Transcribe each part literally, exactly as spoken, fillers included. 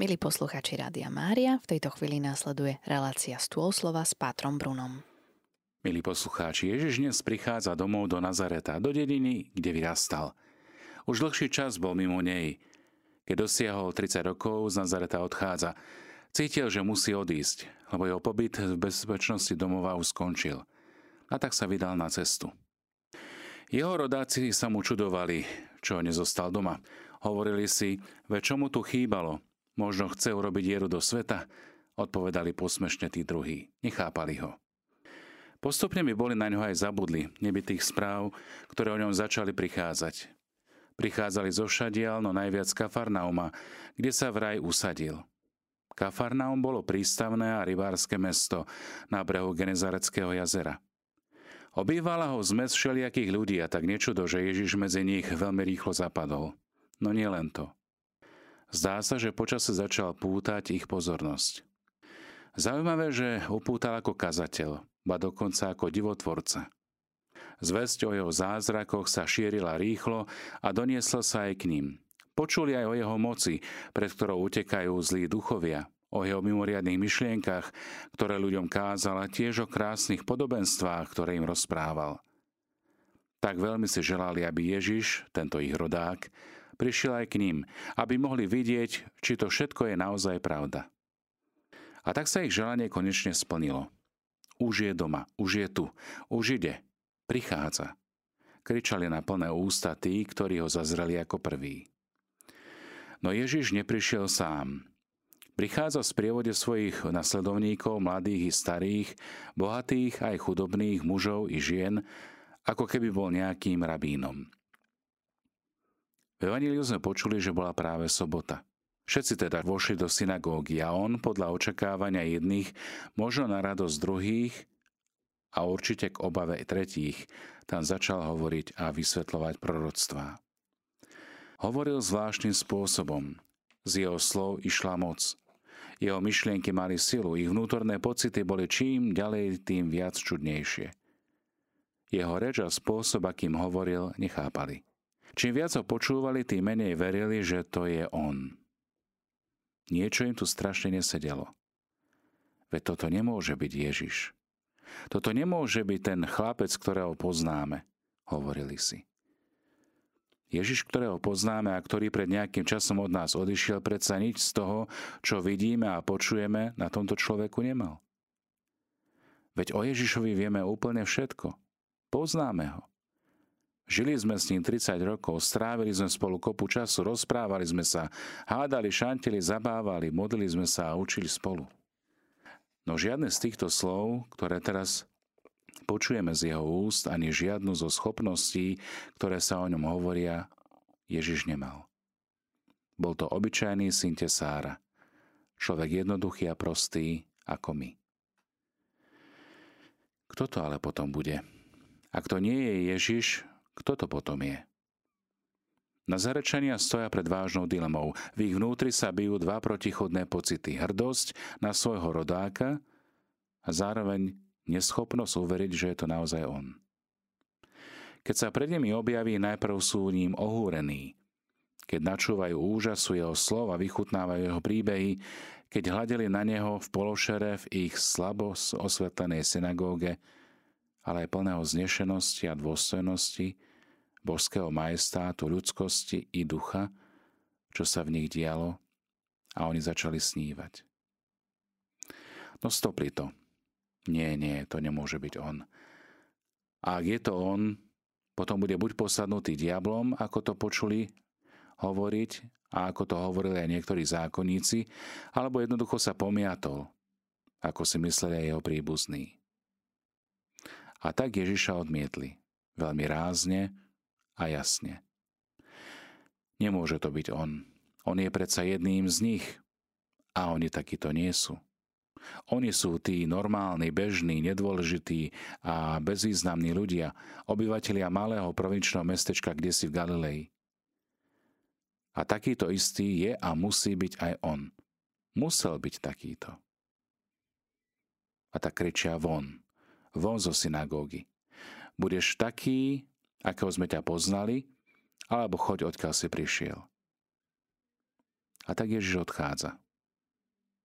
Milí poslucháči Rádia Mária, v tejto chvíli následuje relácia Stôl slova s pátrom Brunom. Milí poslucháči, Ježiš dnes prichádza domov do Nazareta, do dediny, kde vyrastal. Už dlhší čas bol mimo nej. Keď dosiahol tridsať rokov, z Nazareta odchádza. Cítil, že musí odísť, lebo jeho pobyt v bezpečnosti domova už skončil. A tak sa vydal na cestu. Jeho rodáci sa mu čudovali, čo nezostal doma. Hovorili si, veď čo mu tu chýbalo? Možno chce urobiť dieru do sveta? Odpovedali posmešne tí druhí. Nechápali ho. Postupne by boli na ňo aj zabudli, nebytých správ, ktoré o ňom začali prichádzať. Prichádzali zo všadiaľ, no najviac z Kafarnauma, kde sa vraj usadil. Kafarnaum bolo prístavné a rybárske mesto na brehu Genezareckého jazera. Obývala ho zmes všelijakých ľudí a tak nečudo, že Ježiš medzi nich veľmi rýchlo zapadol. No nie len to. Zdá sa, že počase začal pútať ich pozornosť. Zaujímavé, že upútal ako kazateľ, ba dokonca ako divotvorca. Zvesť o jeho zázrakoch sa šírila rýchlo a doniesla sa aj k ním. Počuli aj o jeho moci, pred ktorou utekajú zlí duchovia, o jeho mimoriadnych myšlienkach, ktoré ľuďom kázal, a tiež o krásnych podobenstvách, ktoré im rozprával. Tak veľmi si želali, aby Ježiš, tento ich rodák, prišiel aj k ním, aby mohli vidieť, či to všetko je naozaj pravda. A tak sa ich želanie konečne splnilo. Už je doma, už je tu, už ide, prichádza. Kričali na plné ústa tí, ktorí ho zazreli ako prví. No Ježiš neprišiel sám. Prichádza v sprievode svojich nasledovníkov, mladých i starých, bohatých aj chudobných, mužov i žien, ako keby bol nejakým rabínom. V Evanjeliu sme počuli, že bola práve sobota. Všetci teda vošli do synagógy a on, podľa očakávania jedných, možno na radosť druhých a určite k obave tretích, tam začal hovoriť a vysvetľovať proroctvá. Hovoril zvláštnym spôsobom. Z jeho slov išla moc. Jeho myšlienky mali silu, ich vnútorné pocity boli čím ďalej, tým viac čudnejšie. Jeho reč a spôsob, akým hovoril, nechápali. Čím viac ho počúvali, tým menej verili, že to je on. Niečo im tu strašne nesedelo. Veď toto nemôže byť Ježiš. Toto nemôže byť ten chlapec, ktorého poznáme, hovorili si. Ježiš, ktorého poznáme a ktorý pred nejakým časom od nás odišiel, predsa nič z toho, čo vidíme a počujeme, na tomto človeku nemal. Veď o Ježišovi vieme úplne všetko. Poznáme ho. Žili sme s ním tridsať rokov, strávili sme spolu kopu času, rozprávali sme sa, hádali, šantili, zabávali, modlili sme sa a učili spolu. No žiadne z týchto slov, ktoré teraz počujeme z jeho úst, ani žiadnu zo schopností, ktoré sa o ňom hovoria, Ježiš nemal. Bol to obyčajný syn tesára, človek jednoduchý a prostý ako my. Kto to ale potom bude? Ak to nie je Ježiš, kto to potom je? Nazarečania stoja pred vážnou dilemou. V ich vnútri sa bijú dva protichodné pocity. Hrdosť na svojho rodáka a zároveň neschopnosť uveriť, že je to naozaj on. Keď sa pred nimi objaví, najprv sú ním ohúrení. Keď načúvajú úžasu jeho slov a vychutnávajú jeho príbehy, keď hľadeli na neho v pološere v ich slabo osvetlenej synagóge, ale aj plného znešenosti a dôstojnosti, božského majestátu, ľudskosti i ducha, čo sa v nich dialo, a oni začali snívať. No stopli to. Nie, nie, to nemôže byť on. A ak je to on, potom bude buď posadnutý diablom, ako to počuli hovoriť, a ako to hovorili aj niektorí zákonníci, alebo jednoducho sa pomiatol, ako si mysleli aj jeho príbuzní. A tak Ježiša odmietli, veľmi rázne a jasne. Nemôže to byť on. On je predsa jedným z nich. A oni takíto nie sú. Oni sú tí normálni, bežní, nedôležití a bezvýznamní ľudia, obyvatelia malého provinčného mestečka kdesi v Galilei. A takýto istý je a musí byť aj on. Musel byť takýto. A tak kričia von. Von zo synagógy. Budeš taký, akého sme ťa poznali, alebo choď, odkiaľ si prišiel. A tak Ježiš odchádza.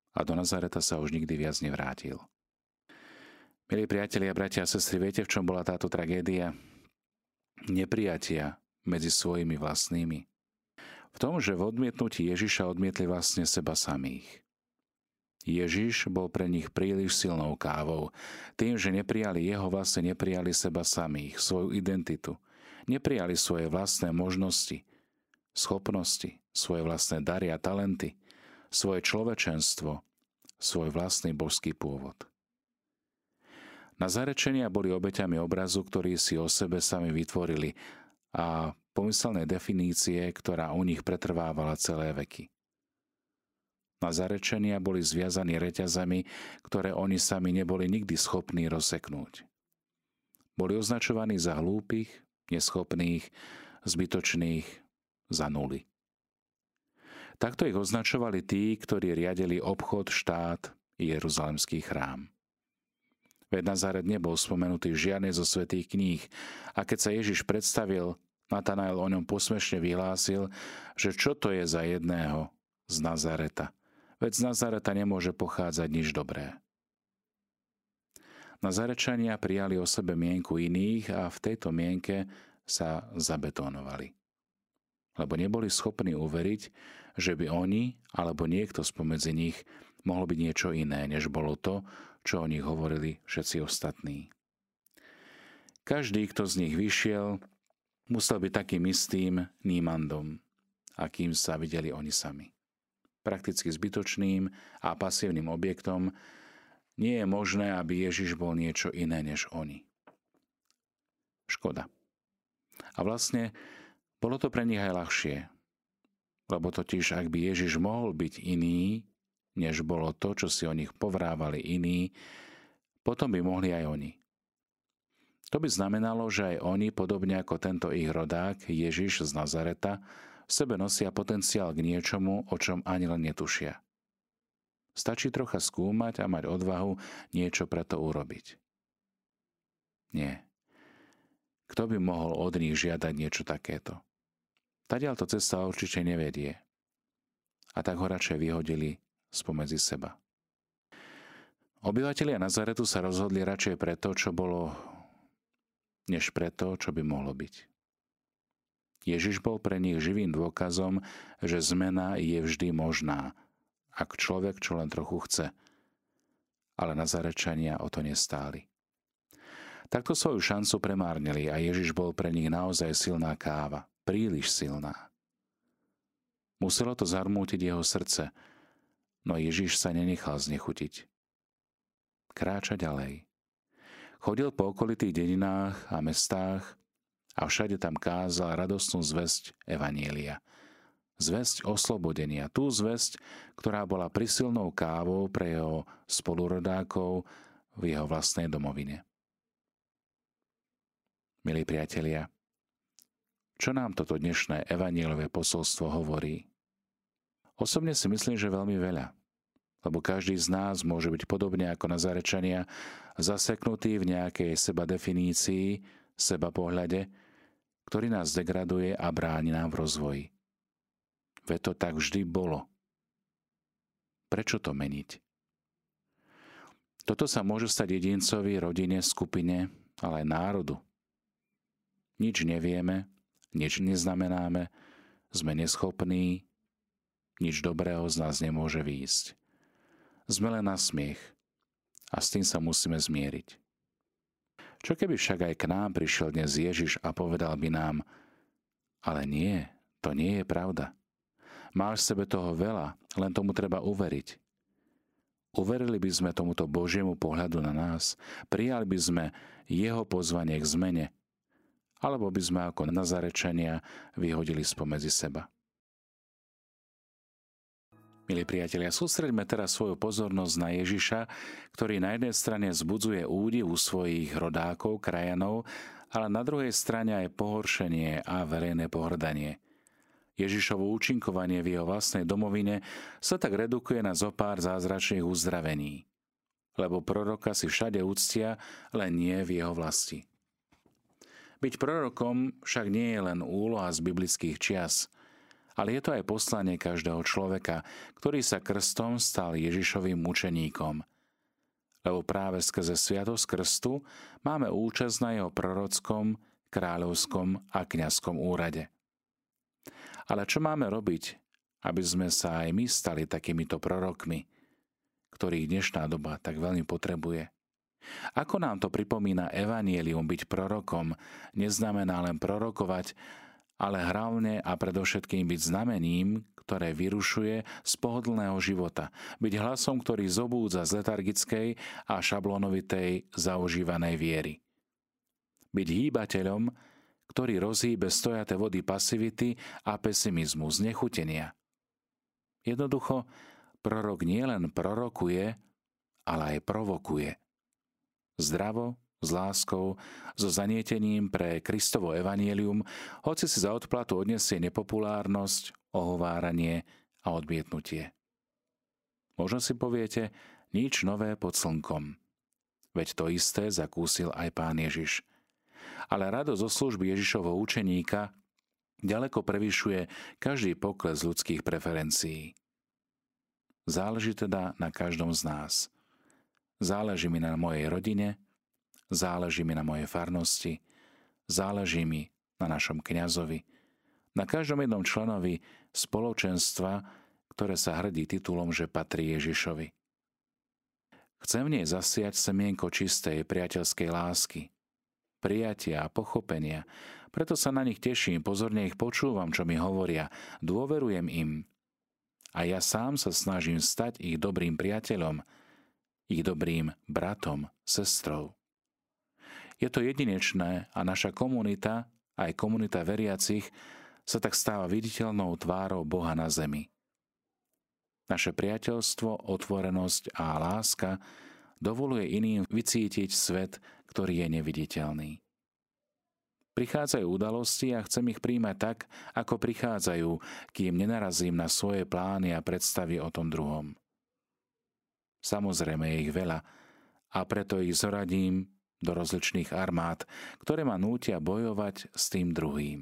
a do Nazareta sa už nikdy viac nevrátil. Milí priatelia, bratia a sestry, viete, v čom bola táto tragédia? Neprijatia medzi svojimi vlastnými. V tom, že v odmietnutí Ježiša odmietli vlastne seba samých. Ježiš bol pre nich príliš silnou kávou. Tým, že neprijali jeho, vlastne neprijali seba samých, svoju identitu. Neprijali svoje vlastné možnosti, schopnosti, svoje vlastné dary a talenty, svoje človečenstvo, svoj vlastný božský pôvod. Nazarečania boli obeťami obrazu, ktorý si o sebe sami vytvorili a pomyselnej definície, ktorá u nich pretrvávala celé veky. Nazarečania boli zviazaní reťazami, ktoré oni sami neboli nikdy schopní rozseknúť. Boli označovaní za hlúpych, neschopných, zbytočných, za nuly. Takto ich označovali tí, ktorí riadili obchod, štát i Jeruzalemský chrám. Veď Nazaret nebol spomenutý v žiadnej zo svätých kníh a keď sa Ježiš predstavil, Natanael o ňom posmešne vyhlásil, že čo to je za jedného z Nazareta. Veď z Nazareta nemôže pochádzať nič dobré. Nazarečania prijali o sebe mienku iných a v tejto mienke sa zabetónovali. Lebo neboli schopní uveriť, že by oni alebo niekto spomedzi nich mohlo byť niečo iné, než bolo to, čo o nich hovorili všetci ostatní. Každý, kto z nich vyšiel, musel byť takým istým nímandom, akým sa videli oni sami. Prakticky zbytočným a pasívnym objektom. Nie je možné, aby Ježiš bol niečo iné než oni. Škoda. A vlastne bolo to pre nich aj ľahšie, lebo totiž, ak by Ježiš mohol byť iný, než bolo to, čo si o nich povrávali iní, potom by mohli aj oni. To by znamenalo, že aj oni, podobne ako tento ich rodák, Ježiš z Nazareta, v sebe nosia potenciál k niečomu, o čom ani len netušia. Stačí trocha skúmať a mať odvahu niečo pre to urobiť. Nie. Kto by mohol od nich žiadať niečo takéto? Tadiaľto cesta určite nevedie. A tak ho radšej vyhodili spomedzi seba. Obyvatelia Nazaretu sa rozhodli radšej pre to, čo bolo, než pre to, čo by mohlo byť. Ježiš bol pre nich živým dôkazom, že zmena je vždy možná, ak človek čo len trochu chce. Ale Nazarečania o to nestáli. Takto svoju šancu premárnili a Ježiš bol pre nich naozaj silná káva, príliš silná. Muselo to zarmútiť jeho srdce, no Ježiš sa nenechal znechutiť. Kráča ďalej. Chodil po okolitých dedinách a mestách a všade tam kázal radostnú zvesť evanjelia. Zvesť oslobodenia. Tú zvesť, ktorá bola prisilnou kávou pre jeho spolurodákov v jeho vlastnej domovine. Milí priatelia, čo nám toto dnešné evanjeliové posolstvo hovorí? Osobne si myslím, že veľmi veľa. Lebo každý z nás môže byť podobne ako Nazarečania zaseknutý v nejakej seba definícii, seba pohľade, ktorý nás degraduje a bráni nám v rozvoji. Veď to tak vždy bolo. Prečo to meniť? Toto sa môže stať jedincovi, rodine, skupine, ale aj národu. Nič nevieme, nič neznamenáme, sme neschopní, nič dobrého z nás nemôže výjsť. Sme len na smiech a s tým sa musíme zmieriť. Čo keby však aj k nám prišiel dnes Ježiš a povedal by nám, ale nie, to nie je pravda. Máš v sebe toho veľa, len tomu treba uveriť. Uverili by sme tomuto Božiemu pohľadu na nás, prijali by sme jeho pozvanie k zmene, alebo by sme ako Nazarečania vyhodili spomedzi seba. Milí priatelia, sústreďme teraz svoju pozornosť na Ježiša, ktorý na jednej strane vzbudzuje údiv u svojich rodákov, krajanov, ale na druhej strane aj pohoršenie a verejné pohrdanie. Ježišovo účinkovanie v jeho vlastnej domovine sa tak redukuje na zopár zázračných uzdravení, lebo proroka si všade úctia, len nie v jeho vlasti. Byť prorokom však nie je len úloha z biblických čias, ale je to aj poslanie každého človeka, ktorý sa krstom stal Ježišovým mučeníkom. Lebo práve skrze sviatosť krstu máme účasť na jeho prorockom, kráľovskom a kňazskom úrade. Ale čo máme robiť, aby sme sa aj my stali takýmito prorokmi, ktorých dnešná doba tak veľmi potrebuje? Ako nám to pripomína evanjelium, byť prorokom neznamená len prorokovať, ale hlavne a predovšetkým byť znamením, ktoré vyrušuje z pohodlného života. Byť hlasom, ktorý zobúdza z letargickej a šablónovitej zaužívanej viery. Byť hýbateľom, ktorý rozhýbe stojaté vody pasivity a pesimizmu, znechutenia. Jednoducho, prorok nielen prorokuje, ale aj provokuje. Zdravo, s láskou, so zanietením pre Kristovo evanjelium, hoci si za odplatu odniesie nepopulárnosť, ohováranie a odmietnutie. Možno si poviete, nič nové pod slnkom. Veď to isté zakúsil aj Pán Ježiš. Ale radosť zo služby Ježišovho učeníka ďaleko prevyšuje každý pokles ľudských preferencií. Záleží teda na každom z nás. Záleží mi na mojej rodine, záleží mi na mojej farnosti, záleží mi na našom kňazovi, na každom jednom členovi spoločenstva, ktoré sa hrdí titulom, že patrí Ježišovi. Chcem v nej zasiať semienko čistej priateľskej lásky, prijatia a pochopenia, preto sa na nich teším, pozorne ich počúvam, čo mi hovoria, dôverujem im a ja sám sa snažím stať ich dobrým priateľom, ich dobrým bratom, sestrou. Je to jedinečné a naša komunita, aj komunita veriacich, sa tak stáva viditeľnou tvárou Boha na zemi. Naše priateľstvo, otvorenosť a láska dovoluje iným vycítiť svet, ktorý je neviditeľný. Prichádzajú udalosti a chcem ich príjmať tak, ako prichádzajú, kým nenarazím na svoje plány a predstavy o tom druhom. Samozrejme je ich veľa a preto ich zoradím do rozličných armád, ktoré ma nútia bojovať s tým druhým.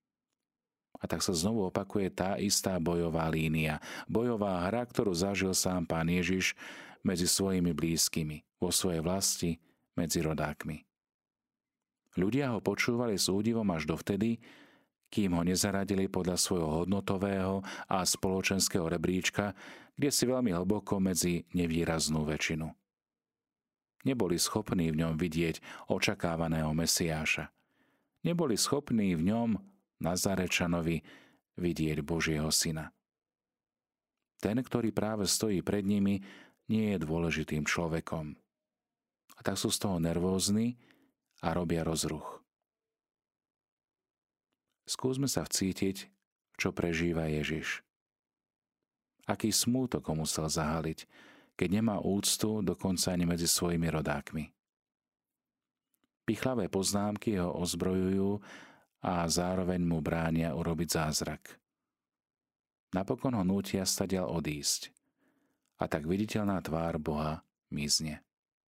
A tak sa znovu opakuje tá istá bojová línia, bojová hra, ktorú zažil sám Pán Ježiš medzi svojimi blízkymi, vo svojej vlasti, medzi rodákmi. Ľudia ho počúvali s údivom až dovtedy, kým ho nezaradili podľa svojho hodnotového a spoločenského rebríčka, kde si veľmi hlboko medzi nevýraznú väčšinu. Neboli schopní v ňom vidieť očakávaného Mesiáša. Neboli schopní v ňom, Nazarečanovi, vidieť Božieho syna. Ten, ktorý práve stojí pred nimi, nie je dôležitým človekom. A tak sú z toho nervózni a robia rozruch. Skúsme sa vcítiť, čo prežíva Ježiš. Aký smútok ho musel zahaliť, keď nemá úctu dokonca ani medzi svojimi rodákmi. Pichlavé poznámky ho ozbrojujú a zároveň mu bránia urobiť zázrak. Napokon ho nútia stadiaľ odísť a tak viditeľná tvár Boha mizne.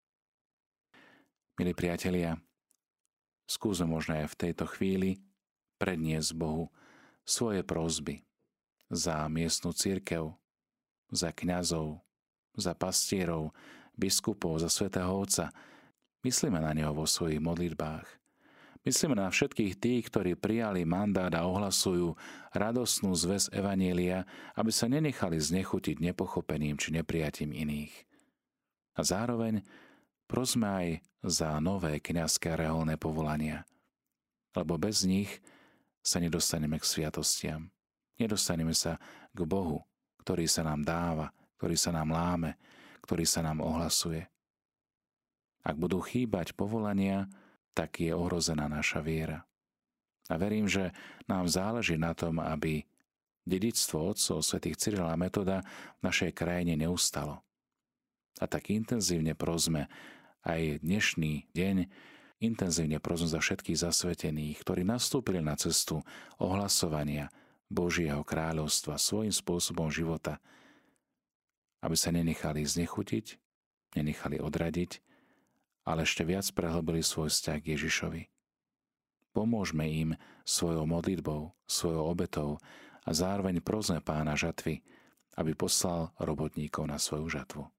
Milí priatelia, skúsme možno aj v tejto chvíli predniesť Bohu svoje prosby za miestnu cirkev, za kňazov, za pastierov, biskupov, za svätého Otca. Myslíme na neho vo svojich modlitbách. Myslíme na všetkých tých, ktorí prijali mandát a ohlasujú radosnú zvesť evanjelia, aby sa nenechali znechutiť nepochopením či neprijatím iných. A zároveň prosme aj za nové kňazské a reholné povolania, lebo bez nich sa nedostaneme k sviatostiam. Nedostaneme sa k Bohu, ktorý sa nám dáva, ktorý sa nám láme, ktorý sa nám ohlasuje. Ak budú chýbať povolania, tak je ohrozená naša viera. A verím, že nám záleží na tom, aby dedičstvo otcov svätých Cyrila a Metoda v našej krajine neustalo. A tak intenzívne prosme aj dnešný deň, intenzívne prosme za všetkých zasvetených, ktorí nastúpili na cestu ohlasovania Božieho kráľovstva svojím spôsobom života, aby sa nenechali znechutiť, nenechali odradiť, ale ešte viac prehlbili svoj vzťah k Ježišovi. Pomôžme im svojou modlitbou, svojou obetou a zároveň prosme Pána žatvy, aby poslal robotníkov na svoju žatvu.